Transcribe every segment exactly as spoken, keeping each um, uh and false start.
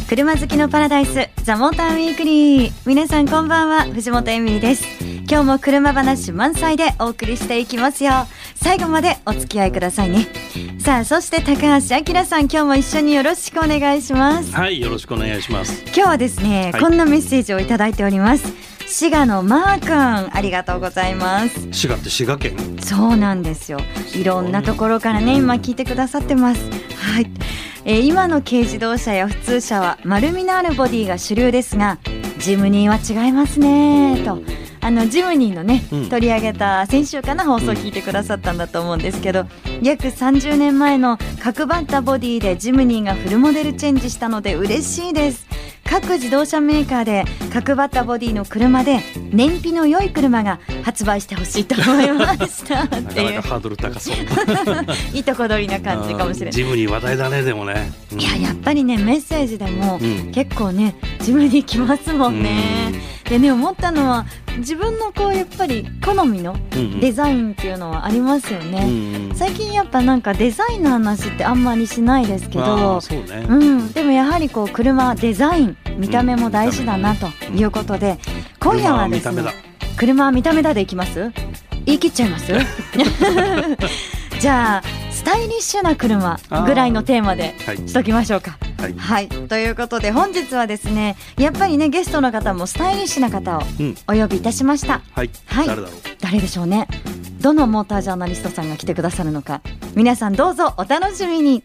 車好きのパラダイスザモーターウィークリー。皆さんこんばんは、藤本エミリです。今日も車話満載でお送りしていきますよ。最後までお付き合いくださいね。さあ、そして高橋明さん、今日も一緒によろしくお願いします。 はい、よろしくお願いします。 今日はですね、はい、こんなメッセージをいただいております。滋賀のマー君、ありがとうございます。 滋賀って滋賀県？ そうなんですよ。いろんなところからね、今聞いてくださってます。はい、えー、今の軽自動車や普通車は丸みのあるボディが主流ですが、ジムニーは違いますねと、あのジムニーのね、うん、取り上げた先週かな放送を聞いてくださったんだと思うんですけど、約さんじゅうねんまえの角張ったボディでジムニーがフルモデルチェンジしたので嬉しいです。各自動車メーカーで角張ったボディの車で燃費の良い車が発売してほしいと思いましたっていうなかなかハードル高そういいとこ取りな感じかもしれない。 ジムニー話題だね。でもね、 うん、いややっぱりね、メッセージでも、うん、結構ねジムニー来ますもんね、うん、でね、思ったのは自分のこうやっぱり好みのデザインっていうのはありますよね、うんうん、最近やっぱなんかデザインの話ってあんまりしないですけど、 そうね、 うん、でもやはりこう車デザイン見た目も大事だなということで、うん、今夜はですね、車は見た目だでいきます？言い切っちゃいますじゃあスタイリッシュな車ぐらいのテーマでしときましょうか。はい、はい、ということで本日はですね、やっぱりねゲストの方もスタイリッシュな方をお呼びいたしました、うん、 はい、はい、誰だろう、 誰でしょうね。どのモータージャーナリストさんが来てくださるのか、皆さんどうぞお楽しみに。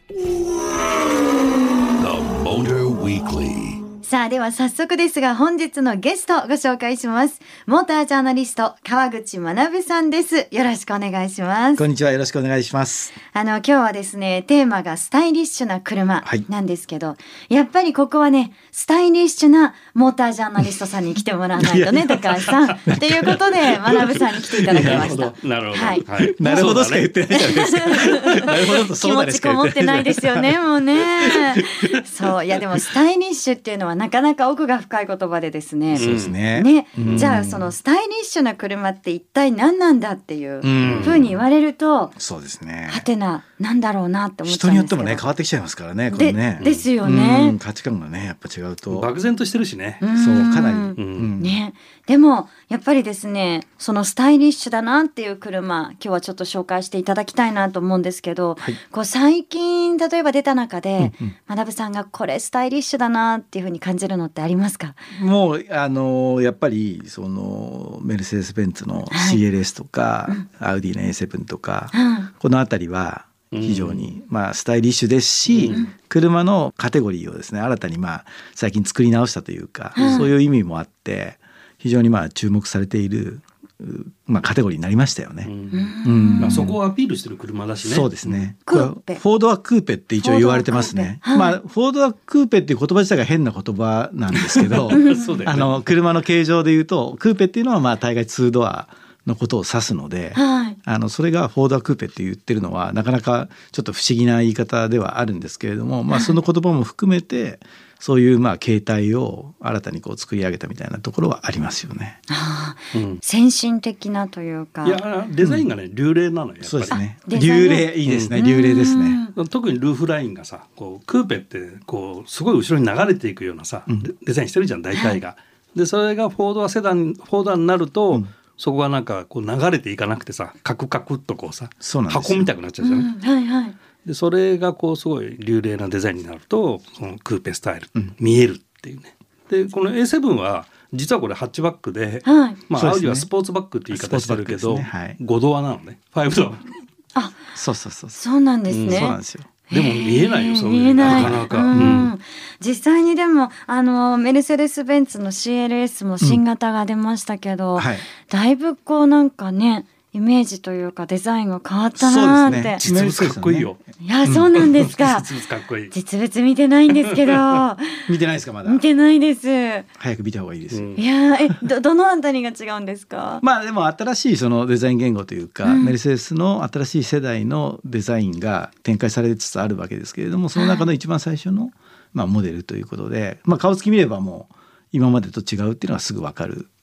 さあ、では早速ですが本日のゲストをご紹介します。モータージャーナリスト川口学さんです。よろしくお願いします。 こんにちは、よろしくお願いします。 あの今日はですね、テーマがスタイリッシュな車なんですけど、はい、やっぱりここはねスタイリッシュなモータージャーナリストさんに来てもらわないとね高橋さんということで学さんに来ていただきました。 なるほど、 はいはい、なるほどしか言ってないじゃないですかなるほどとそうだねしか言ってない。気持ちこもってないですよねもうねそう、いやでもスタイリッシュっていうのはなかなか奥が深い言葉でですね。 そうですね。 ね、うん、じゃあそのスタイリッシュな車って一体何なんだっていうふうに言われると、 うん、そうですね。 はてな、なんだろうなって思っちゃうんですけど。 人によってもね変わってきちゃいますからね。これね。 で、ですよね、 うん。価値観がねやっぱ違うと。 漠然としてるしね。 うそうかなり、 うん、ね。でもやっぱりですね、そのスタイリッシュだなっていう車、今日はちょっと紹介していただきたいなと思うんですけど、はい、こう最近例えば出た中で、うんうん、学さんがこれスタイリッシュだなっていうふうに感じるのってありますか？ もうあのやっぱりそのメルセデス・ベンツの シーエルエス とか、はい、アウディの エーセブン とか、うん、このあたりは非常に、うん、まあ、スタイリッシュですし、うん、車のカテゴリーをですね新たにまあ最近作り直したというか、うん、そういう意味もあって非常にまあ注目されている、まあ、カテゴリーになりましたよね、うんうんまあ、そこをアピールしてる車だしね。 そうですね、 クーペ、 フォードはクーペって一応言われてますね、はい、まあ、フォードはクーペっていう言葉自体が変な言葉なんですけどそうだよね、あの車の形状で言うとクーペっていうのはまあ大概ツードアのことを指すので、はい、あのそれがフォードはクーペって言ってるのはなかなかちょっと不思議な言い方ではあるんですけれども、まあ、その言葉も含めてそういうまあ形態を新たにこう作り上げたみたいなところはありますよね。 あ、うん、先進的なというか、 いやデザインがね、うん、流麗なのよやっぱり。 そうですね、流麗いいですね、うん、流麗ですね。 特にルーフラインがさ、こうクーペってこうすごい後ろに流れていくようなさ、うん、デザインしてるじゃん大体が、はい、でそれがフォードはセダンフォーダーになると、うん、そこがなんかこう流れていかなくてさ、カクカクっとこうさ、箱みたくなっちゃうじゃん、うん、はいはい、でそれがこうすごい流麗なデザインになるとそのクーペスタイル、うん、見えるっていうね。でこの エーセブン は実はこれハッチバックで、はい、まあ、ね、アウディはスポーツバックって言い方してるけど、ね、はい、ごドアなのね、ファイブドア。 あ、 そうそうそうそうなんですね、うん、 そうなんですよ。 でも見えないよ、そういう見えない、 なかなか、 うんうん、実際にでもあのメルセデス・ベンツの シーエルエス も新型が出ましたけど、うんはい、だいぶこうなんかねイメージというかデザインが変わったなって。 そうですね、実物かっこいいよ。 いや、そうなんですか。 実物かっこいい。 実物見てないんですけど見てないですか？まだ見てないです。 早く見た方がいいですよ、うん、 いやえ ど, どのあたりが違うんですか？ まあでも新しいそのデザイン言語というか、うん、メルセデスの新しい世代のデザインが展開されつつあるわけですけれども、その中の一番最初の、まあ、モデルということで、まあ、顔つき見ればもう今までと違うっていうのはすぐ分かる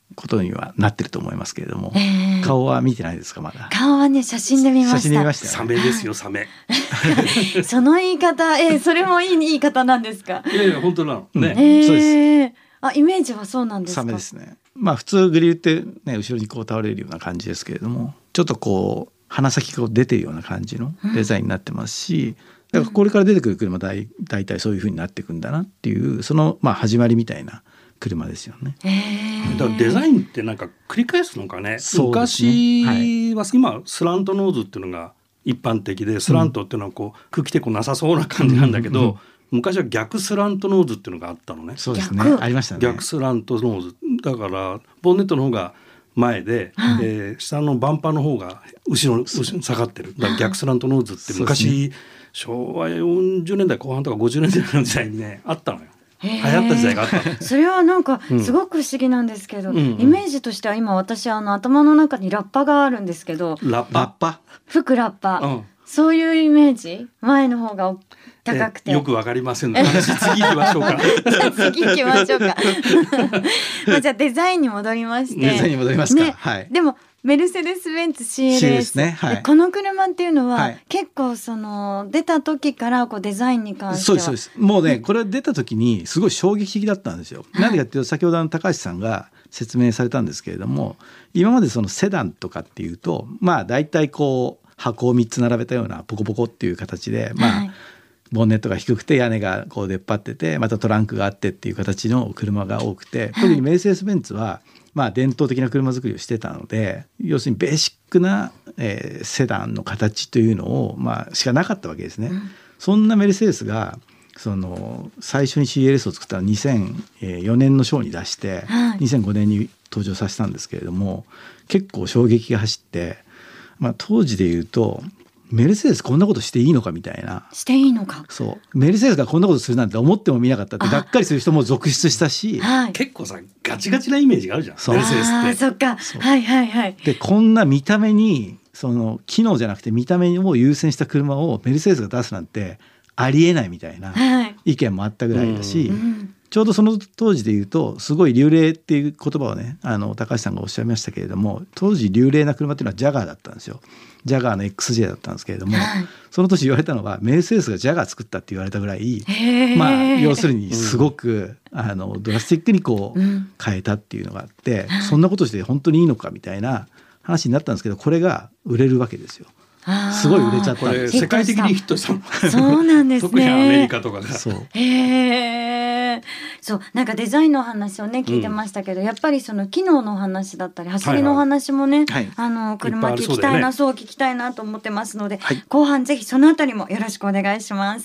ことにはなってると思いますけれども、えー、顔は見てないですか？まだ顔はね写真で見ました。 写真で見ました、 サメですよサメその言い方、えー、それもいい言い方なんですか？ いやいや本当なのね、 えー、 そうです。 あ、イメージはそうなんですか？ サメですね。まあ普通グリルってね後ろにこう倒れるような感じですけれども、ちょっとこう鼻先が出てるような感じのデザインになってますし、うん、だからこれから出てくる車だい大体そういう風になっていくんだなっていうそのまあ始まりみたいな車ですよね。 だからデザインってなんか繰り返すのかね。昔は、はい、今スラントノーズっていうのが一般的で、スラントっていうのはこう空気抵抗なさそうな感じなんだけど、うんうんうん、昔は逆スラントノーズっていうのがあったのね。 そうですね、ありましたね。 逆スラントノーズだからボンネットの方が前で、はい、えー、下のバンパーの方が後ろに下がってる。だから逆スラントノーズって昔、ね、昭和よんじゅうねんだいこう半とかごじゅうねんだいの時代にねあったのよ。流行った時代があったそれはなんかすごく不思議なんですけど、うんうんうん、イメージとしては今私あの頭の中にラッパがあるんですけど、 ラッパ、ラッパ服ラッパ、うん、そういうイメージ。前の方が高くてよくわかりませんので次行きましょうか次行きましょうかまあじゃあデザインに戻りましてデザインに戻りますか、ね、はい、 でもメルセデス・ベンツ シーエルエス、 ですね、はい、この車っていうのは、はい、結構その出た時からこうデザインに関してはそうですそうです。もうねこれ出た時にすごい衝撃的だったんですよ。なんでかっていうと先ほどの高橋さんが説明されたんですけれども、今までそのセダンとかっていうとまあ大体こう箱をみっつ並べたようなポコポコっていう形で、まあ、はい、ボンネットが低くて屋根がこう出っ張っててまたトランクがあってっていう形の車が多くて、特にメルセデス・ベンツはまあ伝統的な車作りをしてたので、要するにベーシックな、えー、セダンの形というのを、まあ、しかなかったわけですね、うん、そんなメルセデスがその最初に シーエルエス を作ったのはにせんよねんのショーに出して、はい、にせんごねんに登場させたんですけれども、結構衝撃が走って、まあ、当時でいうとメルセデスこんなことしていいのかみたいな。 していいのか。 そうメルセデスがこんなことするなんて思ってもみなかったってがっかりする人も続出したし、 はい、 結構さガチガチなイメージがあるじゃんメルセデスって。 あそっかそはいはいはい。 でこんな見た目にその機能じゃなくて見た目を優先した車をメルセデスが出すなんてありえないみたいな意見もあったぐらいだし、はい、うん、ちょうどその当時で言うとすごい流麗っていう言葉をねあの高橋さんがおっしゃいましたけれども、当時流麗な車っていうのはジャガーだったんですよ。ジャガーの エックスジェー だったんですけれども、はい、その年言われたのはメルセデスがジャガー作ったって言われたぐらい、まあ要するにすごく、うん、あのドラスティックにこう変えたっていうのがあって、うん、そんなことして本当にいいのかみたいな話になったんですけど、これが売れるわけですよ。すごい売れちゃったんです。 これ世界的にヒットしたの。 そうなんですね。 特にアメリカとかが。 そう。 へー。そうなんかデザインの話をね聞いてましたけど、うん、やっぱりその機能の話だったり走りの話もね、はいはい、あの車聞きたいな、そう聞きたいなと思ってますので、はい、後半ぜひそのあたりもよろしくお願いします。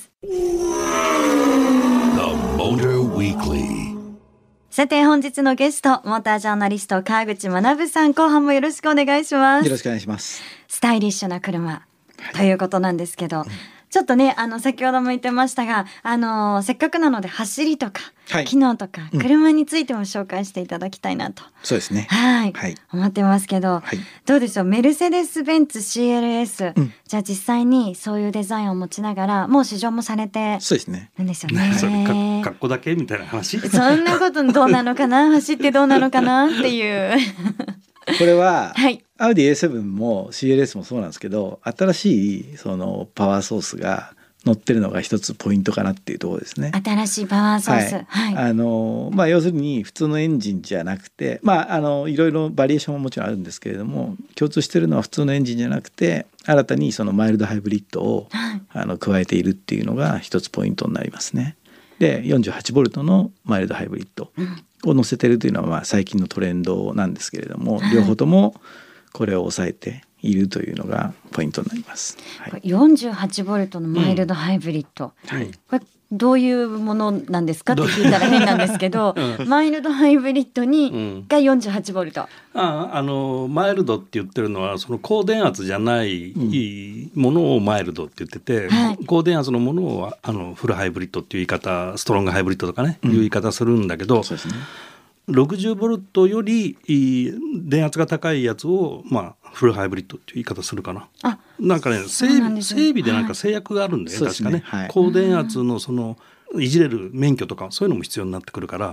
さて本日のゲストモータージャーナリスト川口学さん、後半もよろしくお願いします。 よろしくお願いします。 スタイリッシュな車、はい、ということなんですけど、うん、ちょっとねあの先ほども言ってましたが、あのせっかくなので走りとか、はい、機能とか車についても紹介していただきたいなと、うん、 そうですね、 はい、はい、思ってますけど、はい、どうでしょうメルセデス・ベンツ シーエルエス、うん、じゃあ実際にそういうデザインを持ちながらもう試乗もされてるんですよね。 それかかっこだけみたいな話そんなことどうなのかな走ってどうなのかなっていうこれは、 はい、 アウディ エーセブン も シーエルエス もそうなんですけど、新しいそのパワーソースが乗ってるのが一つポイントかなっていうところですね。 新しいパワーソース、はいはい、 あのまあ、要するに普通のエンジンじゃなくて、まあ、あのいろいろバリエーションももちろんあるんですけれども、共通してるのは普通のエンジンじゃなくて新たにそのマイルドハイブリッドを、はい、あの加えているっていうのが一つポイントになりますね。で よんじゅうはちボルト のマイルドハイブリッドを乗せてるというのはまあ最近のトレンドなんですけれども、はい、両方ともこれを抑えているというのがポイントになります、 はい、よんじゅうはちボルト のマイルドハイブリッド、うん、はい、これどういうものなんですかって聞いたら変なんですけど、うん、マイルドハイブリッドにが よんじゅうはちボルト、 うん、ああのマイルドって言ってるのはその高電圧じゃないものをマイルドって言ってて、はい、高電圧のものをあのフルハイブリッドっていう言い方、ストロングハイブリッドとかね、うん、いう言い方するんだけど、そうですね、ろくじゅうボルト より電圧が高いやつを、まあ、フルハイブリッドっていう言い方するかな。あ、なんかね、整備、整備でなんか制約があるんだよね、はい、確かね、はい、高電圧のそのいじれる免許とかそういうのも必要になってくるから、うん、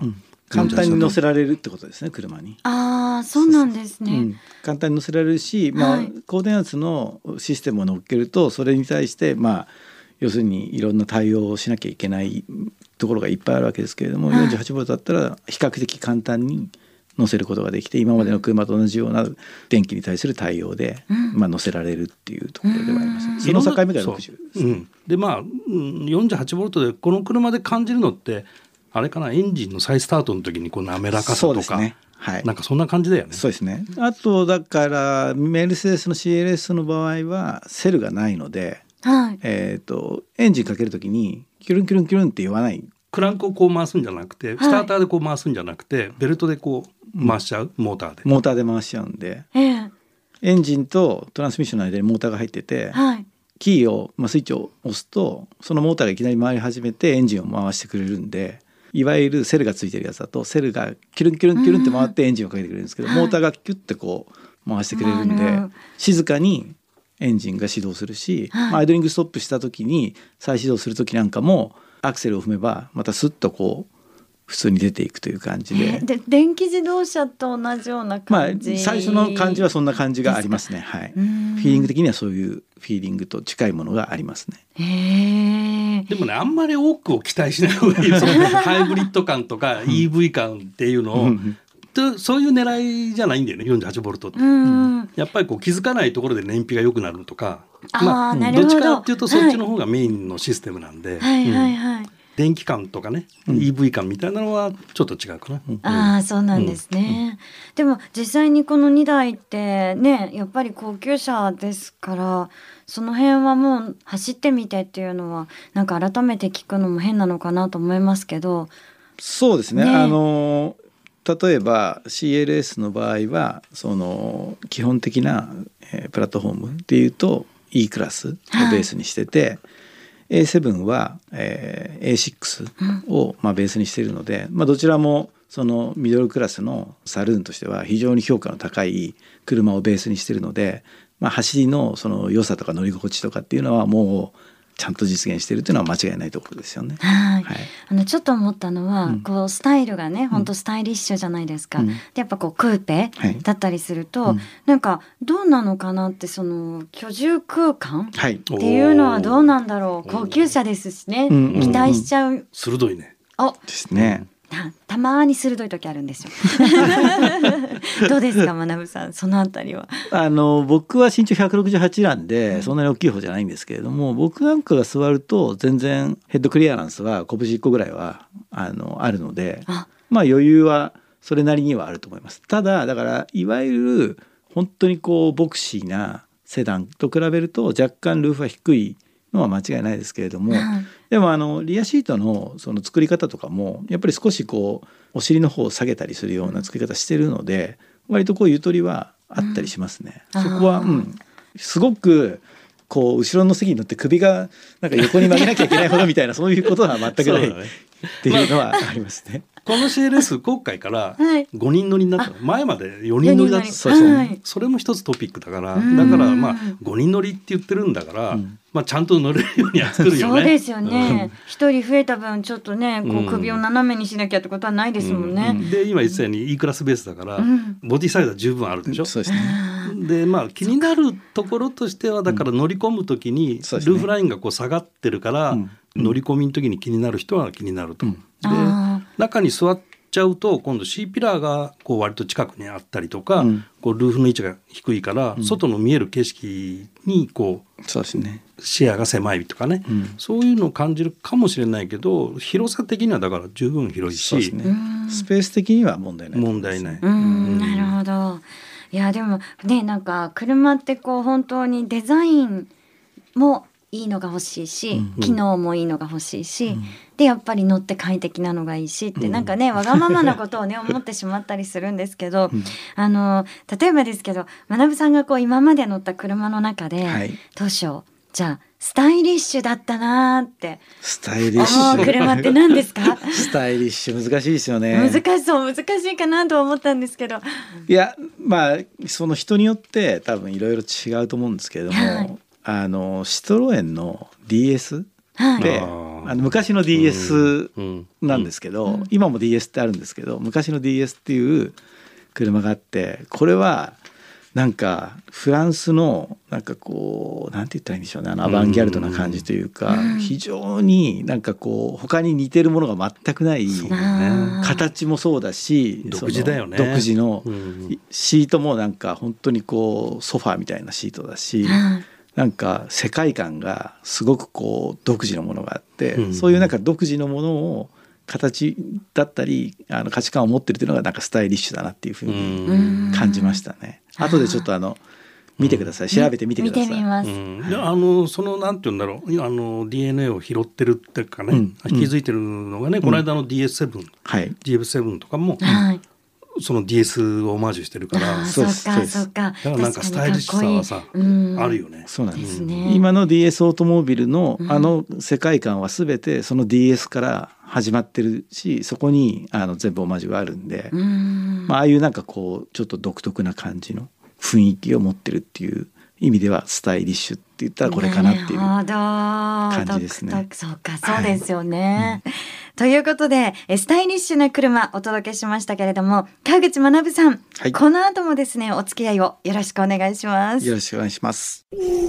簡単に乗せられるってことですね、車に。 ああ、そうなんですね。 うん、簡単に乗せられるし、まあはい、 高電圧のシステムを乗っけるとそれに対してまあ要するにいろんな対応をしなきゃいけないところがいっぱいあるわけですけれども、はい、よんじゅうはちボルトだったら比較的簡単に乗せることができて、今までの車と同じような電気に対する対応で、うん、まあ、乗せられるっていうところではあります、ね、その境目がろくじゅうです、 うん、でまあよんじゅうはちボルトでこの車で感じるのってあれかな、エンジンの再スタートの時にこう滑らかさとか、そうですね、はい、なんかそんな感じだよね。 そうですね。あとだからメルセデスの シーエルエス の場合はセルがないので、はい、えーと、エンジンかける時にキュルンキュルンキュルンって言わない。 クランクをこう回すんじゃなくて、スターターでこう回すんじゃなくて、はい、ベルトでこう回しちゃう、うん、モーターでモーターで回しちゃうんで、えー、エンジンとトランスミッションの間にモーターが入ってて、はい、キーを、まあ、スイッチを押すとそのモーターがいきなり回り始めてエンジンを回してくれるんで、いわゆるセルがついてるやつだとセルがキュルンキュルンキュルンって回ってエンジンをかけてくれるんですけど、うん、モーターがキュッてこう回してくれるんで、はい、静かにエンジンが始動するし、はい、まあ、アイドリングストップした時に再始動する時なんかもアクセルを踏めばまたスッとこう普通に出ていくという感じで、えー、で電気自動車と同じような感じ、 まあ、最初の感じはそんな感じがありますね、はい、フィーリング的にはそういうフィーリングと近いものがありますね。 へー、でもね、あんまり多くを期待しない方がいいよハイブリッド感とか イーブイ 感っていうのを、うんそういう狙いじゃないんだよね、よんじゅうはちボルトって、うん、やっぱりこう気づかないところで燃費が良くなるとか、 あ、まあ、なるほど、 どっちかっていうとそっちの方がメインのシステムなんで、 はいはいはい、うん、 電気感とかね、うん、イーブイ 感みたいなのはちょっと違うかな、うん、 ああ、そうなんですね、うん、でも実際にこのにだいってね、やっぱり高級車ですから、その辺はもう走ってみてっていうのはなんか改めて聞くのも変なのかなと思いますけど。 そうですね、ね、あの例えば シーエルエス の場合はその基本的な、えー、プラットフォームでいうと E クラスをベースにしてて、はい、エーセブン は、えー、エーシックス を、まあ、ベースにしているので、まあ、どちらもそのミドルクラスのサルーンとしては非常に評価の高い車をベースにしているので、まあ、走りのその良さとか乗り心地とかっていうのはもうちゃんと実現しているというのは間違いないところですよね。 はい、はい、あのちょっと思ったのは、うん、こうスタイルがね、本当スタイリッシュじゃないですか、うん、でやっぱこうクーペだったりすると、はい、なんかどうなのかなって、その居住空間っていうのはどうなんだろう、高級車ですしね、期待しちゃう、うんうんうん、 鋭いね。 おですね。 たまに鋭い時あるんですよどうですか、学さん、そのあたりは。 あの僕は身長ひゃくろくじゅうはちなんで、うん、そんなに大きい方じゃないんですけれども、僕なんかが座ると全然ヘッドクリアランスは拳いっこぐらいは あのあるので、あ、まあ余裕はそれなりにはあると思います。ただだからいわゆる本当にこうボクシーなセダンと比べると若干ルーフは低いのは間違いないですけれども、うん、でもあのリアシートのその作り方とかもやっぱり少しこうお尻の方を下げたりするような作り方してるので、割とこうゆとりはあったりしますね、うん、そこは、うん、すごくこう後ろの席に乗って首がなんか横に曲げなきゃいけないほどみたいなそういうことは全くない、ね、っていうのはありますね。 この シーエルエス 今回からごにん乗りになった、はい、前までよにん乗りだった。そうそう、はい、それも一つトピックだから、だからまあごにん乗りって言ってるんだから、うん、まあ、ちゃんと乗れるようには作るよね。 そうですよね、一、うん、人増えた分ちょっとねこう首を斜めにしなきゃってことはないですもんね、 うんうん、で今言ってたように E クラスベースだから、うん、ボディサイズは十分あるでしょ、うん、そうですね。でまあ気になるところとしてはだから乗り込む時にルーフラインがこう下がってるから、うん、乗り込みの時に気になる人は気になると、うん、で中に座っちゃうと今度 C ピラーがこう割と近くにあったりとか、うん、こうルーフの位置が低いから、うん、外の見える景色にこう、そうですね、視野が狭いとかね、うん、そういうのを感じるかもしれないけど、広さ的にはだから十分広いし、そうですね、 スペース的には問題ない、 問題ない。 うん、なるほど。いやでもね、なんか車ってこう本当にデザインもいいのが欲しいし、うん、機能もいいのが欲しいし、うん、でやっぱり乗って快適なのがいいしって、うん、なんかねわがままなことをね思ってしまったりするんですけど、うん、あの例えばですけど、学さんがこう今まで乗った車の中で、はい、どうしよう、じゃあスタイリッシュだったなってスタイリッシュ思う車って何ですか？ スタイリッシュ難しいですよね。 難しそう難しいかなと思ったんですけど、 いやまあその人によって多分いろいろ違うと思うんですけれども、はい、あのシトロエンの ディーエスはい、 であの昔の ディーエス なんですけど、うんうん、今も ディーエス ってあるんですけど、昔の ディーエス っていう車があって、これはなんかフランスのなんかこうなんて言ったらいいんでしょうね、あのアバンギャルドな感じというか、うん、非常になんかこう他に似てるものが全くない、ね、形もそうだし、 独自だよね。 独自のシートもなんか本当にこうソファーみたいなシートだし、うん、なんか世界観がすごくこう独自のものがあって、うん、そういうなんか独自のものを形だったりあの価値観を持ってるというのがなんかスタイリッシュだなっていうふうに感じましたね。後でちょっとあの見てください、調べてみてください。 見てみます。 うん、あのそのなんていうんだろう、あの ディーエヌエー を拾ってるっていうかね、うん、気づいてるのがね、うん、この間の ディーエスセブン、はい、ジーエフセブン とかも、はい、その ディーエス をオマージュしてるから、 そうかそうか。 だからなんかスタイリッシュさはさ、うん、あるよね。 そうなんですね。今の ディーエス オートモービルのあの世界観はすべてその ディーエス から始まってるし、そこにあの全部オマージュがあるんで、うん、まあ、ああいうなんかこうちょっと独特な感じの雰囲気を持ってるっていう意味ではスタイリッシュって言ったらこれかなっていう感じですね。 そうか、そうですよね、はい、うん、ということでスタイリッシュな車お届けしましたけれども、川口学さん、はい、この後もですねお付き合いをよろしくお願いします。 よろしくお願いします。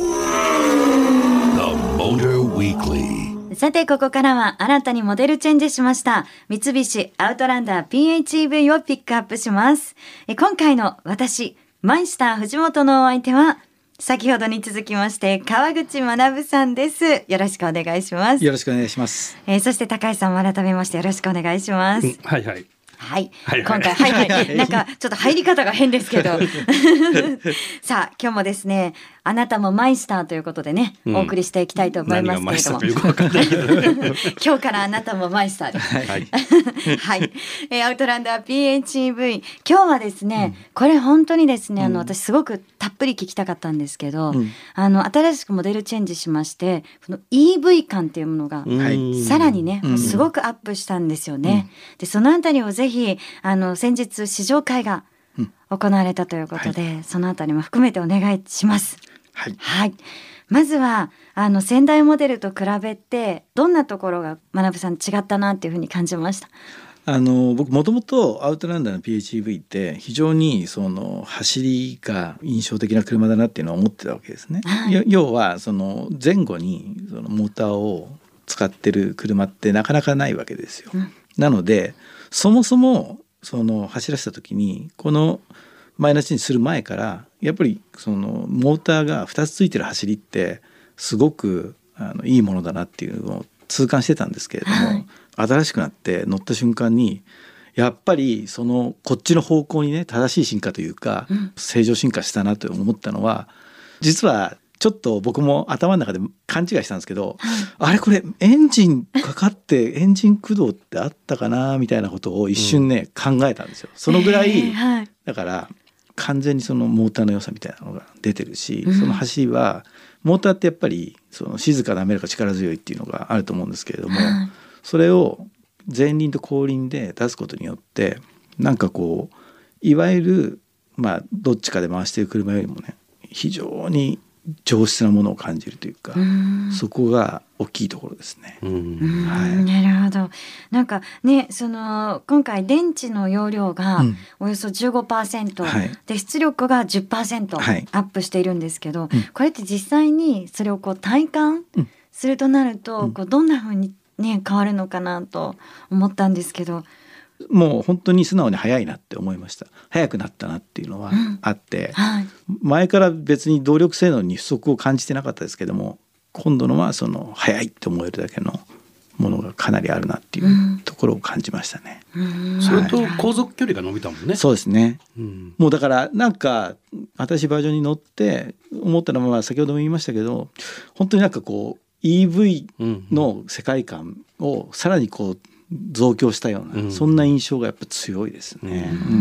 さてここからは新たにモデルチェンジしました三菱アウトランダー ピーエイチイーブイ をピックアップします。え今回の私マイスター藤本のお相手は先ほどに続きまして川口学さんです。よろしくお願いします。 よろしくお願いします。 えー、そして高橋さんも改めましてよろしくお願いします。うん、 はいはいはい、はい、今回はいはいなんかちょっと入り方が変ですけどさあ今日もですねあなたもマイスターということでね、うん、お送りしていきたいと思いますけれども今日からあなたもマイスターです。はい、はい、えー、アウトランダー ピーエイチイーブイ 今日はですね、うん、これ本当にですねあの私すごくたっぷり聞きたかったんですけど、うん、あの新しくモデルチェンジしましてこの イーブイ 感っていうものがさらにね、うん、すごくアップしたんですよね、うん、でそのあたりをぜひあの先日試乗会が行われたということで、はい、そのあたりも含めてお願いします。はい、はい、まずはあの先代モデルと比べてどんなところが学さん違ったなっていうふうに感じました？ あの僕もともとアウトランダーの ピーエイチイーブイ って非常にその走りが印象的な車だなっていうのを思ってたわけですね、はい、要はその前後にそのモーターを使ってる車ってなかなかないわけですよ、うん、なのでそもそもその走らせた時にこのマイナスにする前からやっぱりそのモーターがふたつついてる走りってすごくあのいいものだなっていうのを痛感してたんですけれども、はい、新しくなって乗った瞬間にやっぱりそのこっちの方向にね正しい進化というか、うん、正常進化したなと思ったのは実はちょっと僕も頭の中で勘違いしたんですけど、はい、あれこれエンジンかかってエンジン駆動ってあったかなみたいなことを一瞬ね、うん、考えたんですよ。そのぐらい、えーはい、だから完全にそのモーターの良さみたいなのが出てるし、うん、その走りはモーターってやっぱりその静か滑らか力強いっていうのがあると思うんですけれども、はい、それを前輪と後輪で出すことによってなんかこういわゆるまあどっちかで回している車よりもね非常に上質なものを感じるというか、うそこが大きいところですね。 うん、はい、なるほど。なんかねその今回電池の容量がおよそ じゅうごパーセント、うんはい、で出力が じゅっパーセント アップしているんですけど、はい、これって実際にそれをこう体感するとなると、うん、こうどんな風にね変わるのかなと思ったんですけど。 もう本当に素直に速いなって思いました。速くなったなっていうのはあって、うんはい、前から別に動力性能に不足を感じてなかったですけども今度のはその速いって思えるだけのものがかなりあるなっていうところを感じましたね、 うん、それと航続距離が伸びたもんね。 そうですね、うん、もうだからなんか新しいバージョンに乗って思ったのは先ほども言いましたけど本当になんかこう イーブイ の世界観をさらにこう増強したような、うん、そんな印象がやっぱ強いですね、うんうん、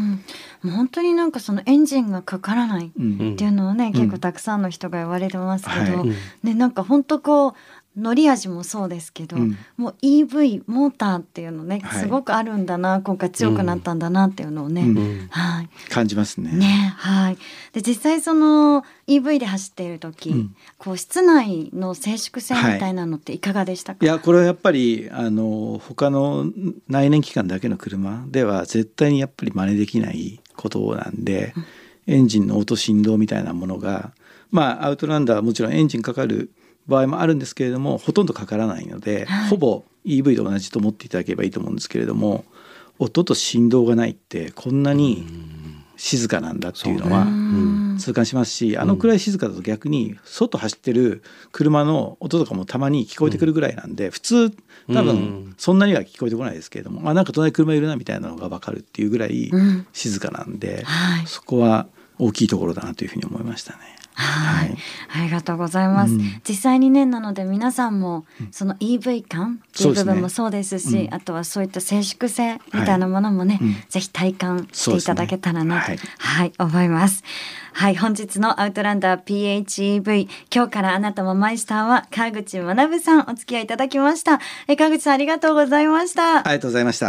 もう本当になんかそのエンジンがかからないっていうのをね、うん、結構たくさんの人が言われてますけど、うんはい、ね、なんか本当こう乗り味もそうですけど、うん、もう イーブイ モーターっていうのね、はい、すごくあるんだな、今回強くなったんだなっていうのをね、うん、はい、 感じますね。 ね、はい。で実際その イーブイ で走っている時、うん、こう室内の静粛性みたいなのっていかがでしたか？ はい、いやこれはやっぱりあの他の内燃機関だけの車では絶対にやっぱり真似できないことなんで、うん、エンジンの音振動みたいなものが、まあアウトランダーはもちろんエンジンかかる場合もあるんですけれども、ほとんどかからないので、はい、ほぼ イーブイ と同じと思っていただければいいと思うんですけれども、音と振動がないってこんなに静かなんだっていうのは痛感しますし、あのくらい静かだと逆に外走ってる車の音とかもたまに聞こえてくるぐらいなんで、普通多分そんなには聞こえてこないですけれども、あ、なんか隣車いるなみたいなのが分かるっていうぐらい静かなんで、はい、そこは大きいところだなというふうに思いましたね。 はい、ありがとうございます、うん、実際にね、なので皆さんもその イーブイ 感っていう部分もそうですし、うん、あとはそういった静粛性みたいなものもね、はい、ぜひ体感していただけたらなと、ね、はい、はい、思います。はい、本日のアウトランダー ピーエイチイーブイ、 今日からあなたもマイスターは川口学さんお付き合いいただきました。え川口さんありがとうございました。 ありがとうございました。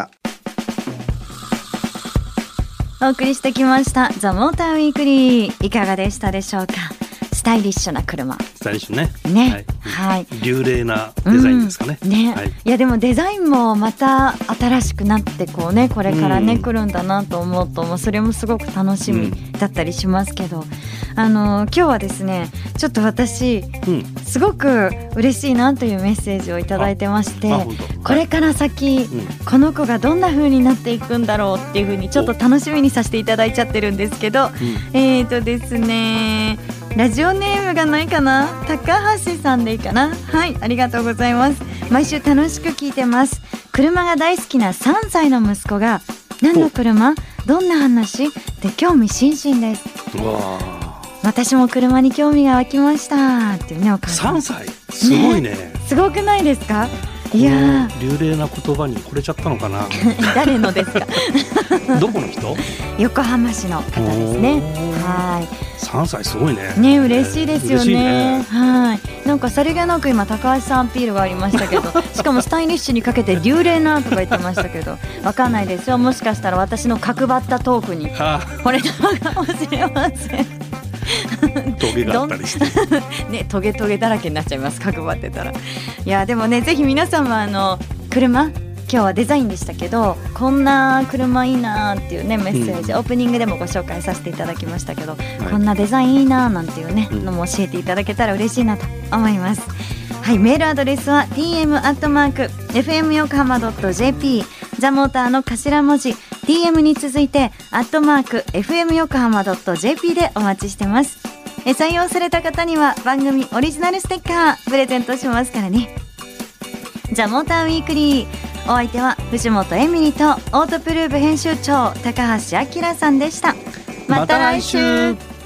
お送りしてきましたザ・モーターウィークリー、いかがでしたでしょうか？スタイリッシュな車、 スタイリッシュね、 ね、はい、はい、 流麗なデザインですかね、 うん、ね、はい、いやでもデザインもまた新しくなってこうね、これからね、うん、来るんだなと思うと、もうそれもすごく楽しみだったりしますけど、うん、あの今日はですね、ちょっと私、うん、すごく嬉しいなというメッセージをいただいてまして、これから先、うん、この子がどんな風になっていくんだろうっていう風にちょっと楽しみにさせていただいちゃってるんですけど、うん、えーとですね、ラジオネームがないかな、高橋さんでいいかな。はい、ありがとうございます。毎週楽しく聞いてます。車が大好きなさんさいの息子が、何の車、どんな話って興味津々です。うわ、私も車に興味が湧きましたっていうね、お母さん。 さんさい、すごい ね, ねすごかないですか？いや流麗な言葉に惚れちゃったのかな誰のですか？ どこの人？ 横浜市の方ですね。はい、 さんさいすごいね。 ね、嬉しいですよ ね, ね。はい、なんかさりげなく今高橋さんアピールがありましたけどしかもスタイリッシュにかけて流麗なとか言ってましたけど、わかんないですよ、もしかしたら私の角張ったトークに惚れたのかもしれません。 トゲがあったりしてね、トゲトゲだらけになっちゃいます、角張ってたら。いやでもね、ぜひ皆さんもあの車、今日はデザインでしたけど、こんな車いいなっていうねメッセージ、うん、オープニングでもご紹介させていただきましたけど、はい、こんなデザインいいななんていうね、うん、のも教えていただけたら嬉しいなと思います。はい、メールアドレスは ティーエム アットマーク エフエム 横浜 ドット ジェーピー、 ザ・モーターの頭文字 ティーエム に続いてアットマーク エフエム 横浜 ドット ジェーピー でお待ちしてます。え採用された方には番組オリジナルステッカープレゼントしますからね。ザ・モーターウィークリー、お相手は藤本エミリとオートプルーブ編集長高橋明さんでした。また来週。